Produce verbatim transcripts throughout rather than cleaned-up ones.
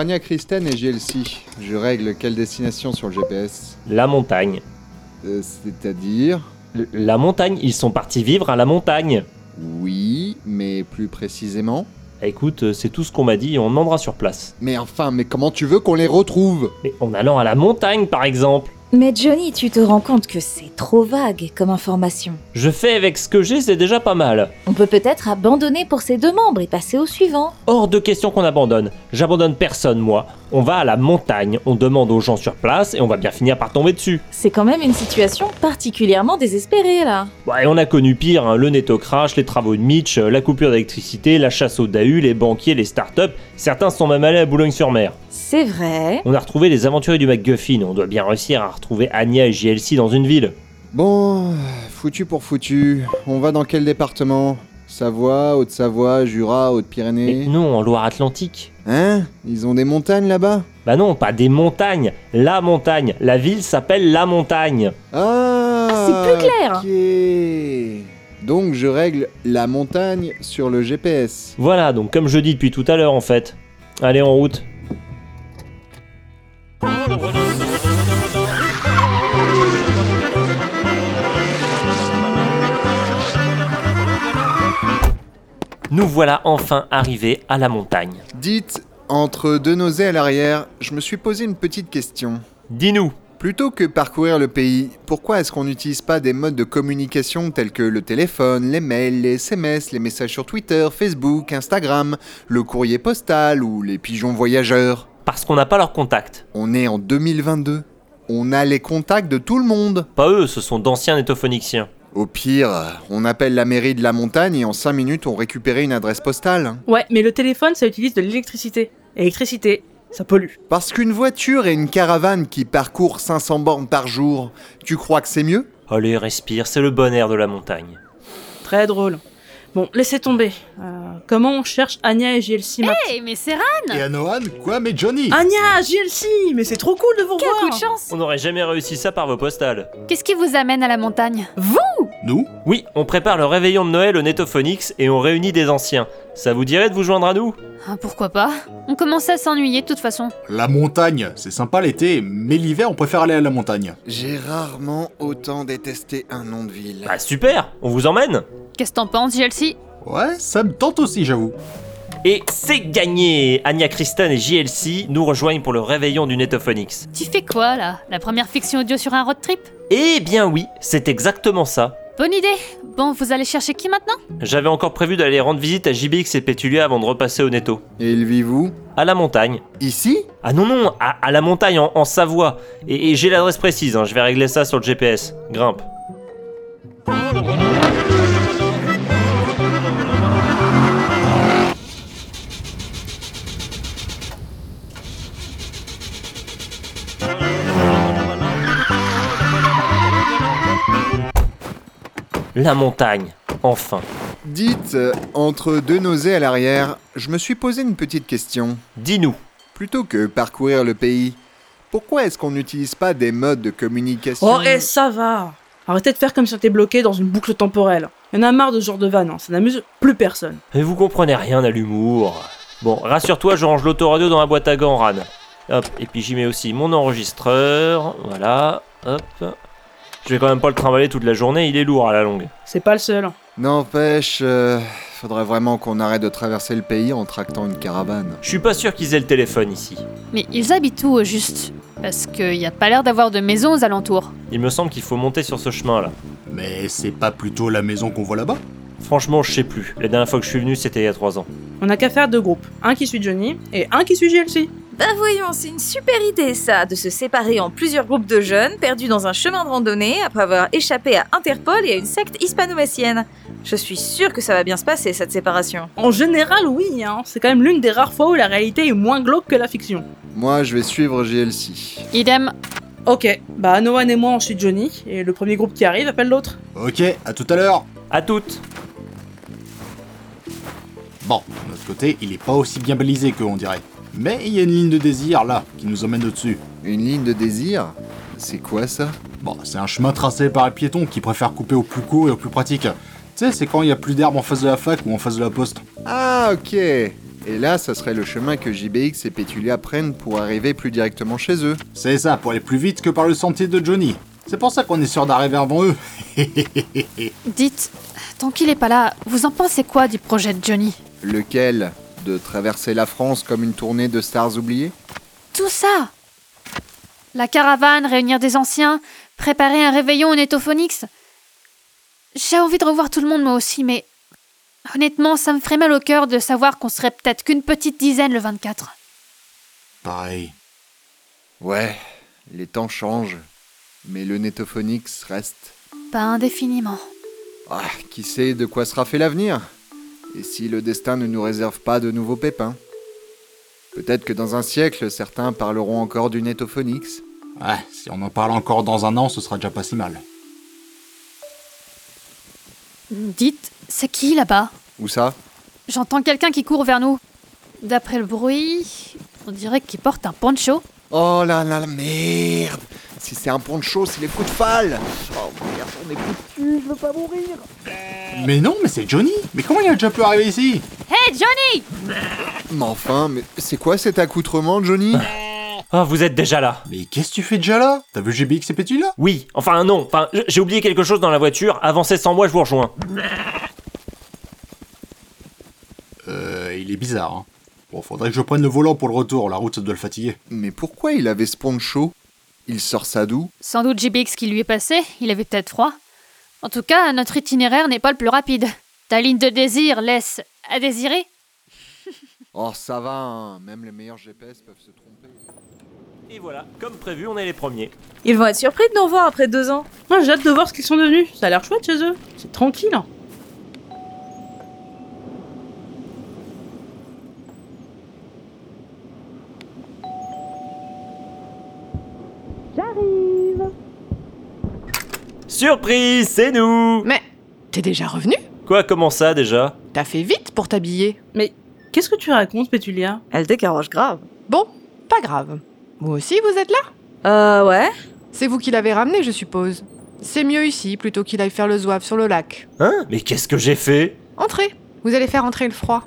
Anya Kristen et J L C, je règle quelle destination sur le G P S? La montagne. Euh, c'est-à-dire? L- la montagne, ils sont partis vivre à la montagne. Oui, mais plus précisément? Écoute, euh, c'est tout ce qu'on m'a dit et on demandera sur place. Mais enfin, mais comment tu veux qu'on les retrouve? Mais en allant à la montagne, par exemple. Mais Johnny, tu te rends compte que c'est trop vague comme information. Je fais avec ce que j'ai, c'est déjà pas mal. On peut peut-être abandonner pour ces deux membres et passer au suivant. Hors de question qu'on abandonne. J'abandonne personne, moi. On va à la montagne, on demande aux gens sur place et on va bien finir par tomber dessus. C'est quand même une situation particulièrement désespérée là. Ouais, on a connu pire, hein, le netto crash, les travaux de Mitch, euh, la coupure d'électricité, la chasse aux dahus, les banquiers, les startups. Certains sont même allés à Boulogne-sur-Mer. C'est vrai. On a retrouvé les aventuriers du MacGuffin, on doit bien réussir à retrouver Anya et J L C dans une ville. Bon, foutu pour foutu. On va dans quel département? Savoie, Haute-Savoie, Jura, Mais Haute-Pyrénées? non, en Loire-Atlantique. Hein? Ils ont des montagnes là-bas? Bah non, pas des montagnes, la montagne. La ville s'appelle La Montagne. Ah, Ah, c'est plus clair. Ok. Donc je règle la montagne sur le G P S. Voilà, donc comme je dis depuis tout à l'heure en fait. Allez, en route. Nous voilà enfin arrivés à la montagne. Dites, entre deux nausées à l'arrière, je me suis posé une petite question. Dis-nous. Plutôt que parcourir le pays, pourquoi est-ce qu'on n'utilise pas des modes de communication tels que le téléphone, les mails, les S M S, les messages sur Twitter, Facebook, Instagram, le courrier postal ou les pigeons voyageurs? Parce qu'on n'a pas leur contact. On est en deux mille vingt-deux. On a les contacts de tout le monde. Pas eux, ce sont d'anciens nétophoniciens. Au pire, on appelle la mairie de la montagne et en cinq minutes on récupère une adresse postale. Ouais, mais le téléphone, ça utilise de l'électricité. Électricité, ça pollue. Parce qu'une voiture et une caravane qui parcourent cinq cents bornes par jour, tu crois que c'est mieux? Allez, respire, c'est le bon air de la montagne. Très drôle. Bon, laissez tomber. Euh, comment on cherche Anya et J L C maintenant? Hé, mais c'est Ran! Et Anohan, quoi, mais Johnny? Anya, J L C, mais c'est trop cool de vous Quel revoir. coup de chance! On n'aurait jamais réussi ça par vos postales. Qu'est-ce qui vous amène à la montagne? Vous! Nous? Oui, on prépare le réveillon de Noël au Netophonix et on réunit des anciens. Ça vous dirait de vous joindre à nous? Ah, pourquoi pas? On commençait à s'ennuyer de toute façon. La montagne, c'est sympa l'été, mais l'hiver, on préfère aller à la montagne. J'ai rarement autant détesté un nom de ville. Bah super, on vous emmène? Qu'est-ce que t'en penses, J L C? Ouais, ça me tente aussi, j'avoue. Et c'est gagné! Anya Kristen et J L C nous rejoignent pour le réveillon du Netophonix. Tu fais quoi, là? La première fiction audio sur un road trip? Eh bien oui, c'est exactement ça. Bonne idée! Bon, vous allez chercher qui maintenant? J'avais encore prévu d'aller rendre visite à J B X et Pétulia avant de repasser au Netto. Et ils vivent où? À la montagne. Ici? Ah non non, à, à la montagne en, en Savoie. Et, et j'ai l'adresse précise, hein, je vais régler ça sur le G P S. Grimpe. La montagne, enfin. Dites, euh, entre deux nausées à l'arrière, je me suis posé une petite question. Dis-nous. Plutôt que parcourir le pays, pourquoi est-ce qu'on n'utilise pas des modes de communication? Oh, et ça va. Arrêtez de faire comme si on était bloqué dans une boucle temporelle. Y'en a marre de ce genre de vanne, hein. Ça n'amuse plus personne. Mais vous comprenez rien à l'humour. Bon, rassure-toi, je range l'autoradio dans la boîte à gants, Ran. Hop, et puis j'y mets aussi mon enregistreur. Voilà, hop. Je vais quand même pas le trimballer toute la journée, il est lourd à la longue. C'est pas le seul. N'empêche, euh, faudrait vraiment qu'on arrête de traverser le pays en tractant une caravane. Je suis pas sûr qu'ils aient le téléphone ici. Mais ils habitent où, au juste? Parce qu'il y a pas l'air d'avoir de maison aux alentours. Il me semble qu'il faut monter sur ce chemin-là. Mais c'est pas plutôt la maison qu'on voit là-bas? Franchement, je sais plus. La dernière fois que je suis venu, c'était il y a trois ans. On a qu'à faire deux groupes. Un qui suit Johnny et un qui suit J L C. Bah voyons, c'est une super idée ça, de se séparer en plusieurs groupes de jeunes perdus dans un chemin de randonnée après avoir échappé à Interpol et à une secte hispano-messienne. Je suis sûre que ça va bien se passer cette séparation. En général, oui, hein. C'est quand même l'une des rares fois où la réalité est moins glauque que la fiction. Moi, je vais suivre J L C. Idem. Ok, bah Noan et moi on suit Johnny, et le premier groupe qui arrive appelle l'autre. Ok, à tout à l'heure. À toutes. Bon, de notre côté, il est pas aussi bien balisé qu'eux, on dirait. Mais il y a une ligne de désir, là, qui nous emmène au-dessus. Une ligne de désir? C'est quoi ça? Bon, c'est un chemin tracé par les piétons qui préfèrent couper au plus court et au plus pratique. Tu sais, c'est quand il y a plus d'herbe en face de la fac ou en face de la poste. Ah, ok. Et là, ça serait le chemin que J B X et Pétulia prennent pour arriver plus directement chez eux. C'est ça, pour aller plus vite que par le sentier de Johnny. C'est pour ça qu'on est sûr d'arriver avant eux. Dites, tant qu'il est pas là, vous en pensez quoi du projet de Johnny? Lequel? De traverser la France comme une tournée de stars oubliées? Tout ça! La caravane, réunir des anciens, préparer un réveillon au Netophonix. J'ai envie de revoir tout le monde moi aussi, mais honnêtement, ça me ferait mal au cœur de savoir qu'on serait peut-être qu'une petite dizaine le vingt-quatre. Pareil. Ouais, les temps changent, mais le Netophonix reste. Pas indéfiniment. Ah, qui sait de quoi sera fait l'avenir? Et si le destin ne nous réserve pas de nouveaux pépins? Peut-être que dans un siècle, certains parleront encore du Netophonix. Ouais, si on en parle encore dans un an, ce sera déjà pas si mal. Dites, c'est qui là-bas? Où ça? J'entends quelqu'un qui court vers nous. D'après le bruit, on dirait qu'il porte un poncho. Oh là là, la merde! Si c'est un poncho, c'est les coups de falle! Oh merde, on est foutus, je veux pas mourir! Mais non, mais c'est Johnny. Mais comment il a déjà pu arriver ici? Hé, Johnny! Mais enfin, mais c'est quoi cet accoutrement, Johnny? Ah, vous êtes déjà là. Mais qu'est-ce que tu fais déjà là? T'as vu J B X et Pétulia? Oui, enfin non, enfin j'ai oublié quelque chose dans la voiture, avancez sans moi, je vous rejoins. Euh, il est bizarre, hein. Bon, faudrait que je prenne le volant pour le retour, la route ça doit le fatiguer. Mais pourquoi il avait ce poncho? Il sort ça d'où? Sans doute J B X qui lui est passé, il avait peut-être froid. En tout cas, notre itinéraire n'est pas le plus rapide. Ta ligne de désir laisse à désirer. Oh, ça va, hein. Même les meilleurs G P S peuvent se tromper. Et voilà, comme prévu, on est les premiers. Ils vont être surpris de nous revoir après deux ans. Moi, j'ai hâte de voir ce qu'ils sont devenus. Ça a l'air chouette chez eux. C'est tranquille. Hein. Surprise, c'est nous! Mais t'es déjà revenu? Quoi, comment ça déjà? T'as fait vite pour t'habiller. Mais qu'est-ce que tu racontes, Pétulia? Elle décaroche grave. Bon, pas grave. Vous aussi, vous êtes là? Euh, ouais. C'est vous qui l'avez ramené, je suppose. C'est mieux ici, plutôt qu'il aille faire le zouave sur le lac. Hein? Mais qu'est-ce que j'ai fait? Entrez, vous allez faire entrer le froid.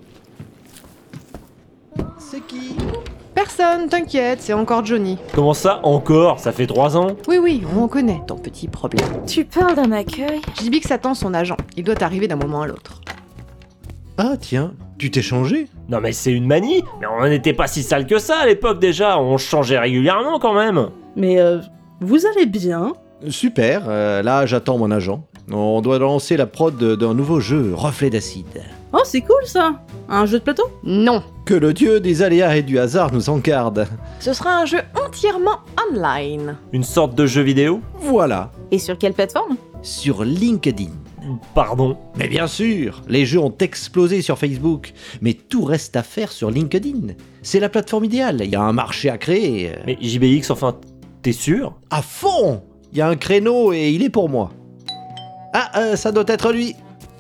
C'est qui? Personne, t'inquiète, c'est encore Johnny. Comment ça, encore? Ça fait trois ans? Oui, oui, on connaît ton petit problème. Tu parles d'un accueil? J B X attend son agent, il doit arriver d'un moment à l'autre. Ah tiens, tu t'es changé? Non mais c'est une manie? Mais on n'était pas si sale que ça à l'époque déjà, on changeait régulièrement quand même. Mais euh, vous allez bien? Super, euh, là j'attends mon agent. On doit lancer la prod d'un nouveau jeu, Reflet d'acide. Oh, c'est cool ça! Un jeu de plateau? Non, Que le dieu des aléas et du hasard nous en garde. ce sera un jeu entièrement online. Une sorte de jeu vidéo? Voilà, Et sur quelle plateforme? sur LinkedIn. Pardon. Mais bien sûr, les jeux ont explosé sur Facebook, mais tout reste à faire sur LinkedIn. C'est la plateforme idéale, il y a un marché à créer. Mais J B X, enfin, t'es sûr? À fond! Il y a un créneau et il est pour moi. Ah, euh, ça doit être lui.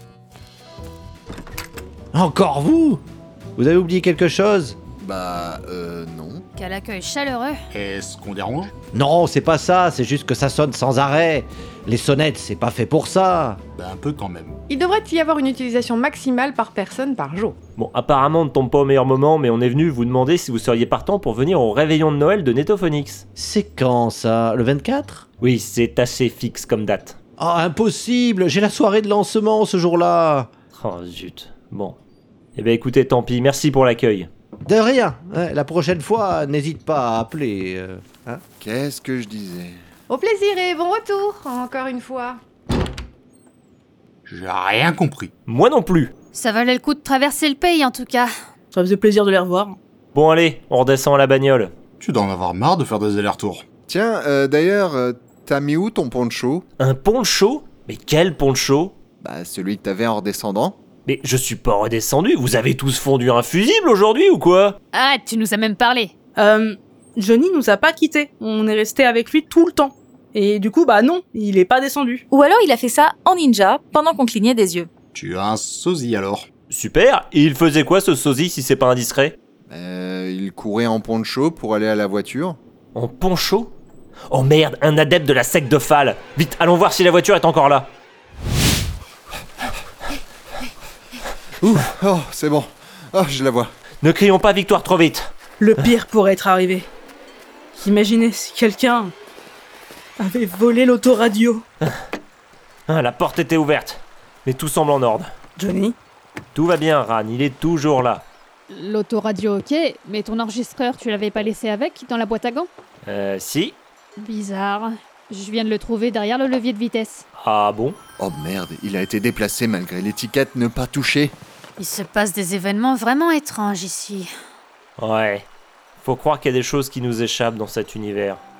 Encore vous? Vous avez oublié quelque chose? Bah, euh, non. Quel accueil chaleureux. Est-ce qu'on dérange? Non, c'est pas ça, c'est juste que ça sonne sans arrêt. Les sonnettes, c'est pas fait pour ça. Bah un peu quand même. Il devrait y avoir une utilisation maximale par personne par jour. Bon, apparemment on ne tombe pas au meilleur moment, mais on est venu vous demander si vous seriez partant pour venir au réveillon de Noël de Netophonix. C'est quand ça? Le vingt-quatre? Oui, c'est assez fixe comme date. Ah, impossible, j'ai la soirée de lancement ce jour-là. Oh zut. Bon. Eh ben écoutez, tant pis, merci pour l'accueil. De rien, hein, la prochaine fois, n'hésite pas à appeler. euh, hein. Qu'est-ce que je disais? Au plaisir et bon retour, encore une fois. J'ai rien compris. Moi non plus. Ça valait le coup de traverser le pays en tout cas. Ça faisait plaisir de les revoir. Bon allez, on redescend à la bagnole. Tu dois en avoir marre de faire des allers-retours. Tiens, euh, d'ailleurs, euh, t'as mis où ton poncho? Un poncho? Mais quel poncho? Bah, celui que t'avais en redescendant. Mais je suis pas redescendu, vous avez tous fondu un fusible aujourd'hui ou quoi? Ah, tu nous as même parlé. Euh, Johnny nous a pas quittés. On est resté avec lui tout le temps. Et du coup, bah non, il est pas descendu. Ou alors il a fait ça en ninja pendant qu'on clignait des yeux. Tu as un sosie alors. Super, et il faisait quoi ce sosie si c'est pas indiscret? Euh, il courait en poncho pour aller à la voiture. En poncho? Oh merde, un adepte de la secte de Phal. Vite, allons voir si la voiture est encore là. Ouh, oh, c'est bon. Oh, je la vois. Ne crions pas victoire trop vite. Le pire pourrait être arrivé. Imaginez si quelqu'un avait volé l'autoradio. Ah, la porte était ouverte, mais tout semble en ordre. Johnny? Tout va bien, Ran, il est toujours là. L'autoradio, ok, mais ton enregistreur, tu l'avais pas laissé avec, dans la boîte à gants? Euh, si. Bizarre. Je viens de le trouver derrière le levier de vitesse. Ah bon? Oh merde, il a été déplacé malgré l'étiquette ne pas toucher. Il se passe des événements vraiment étranges ici. Ouais. Faut croire qu'il y a des choses qui nous échappent dans cet univers.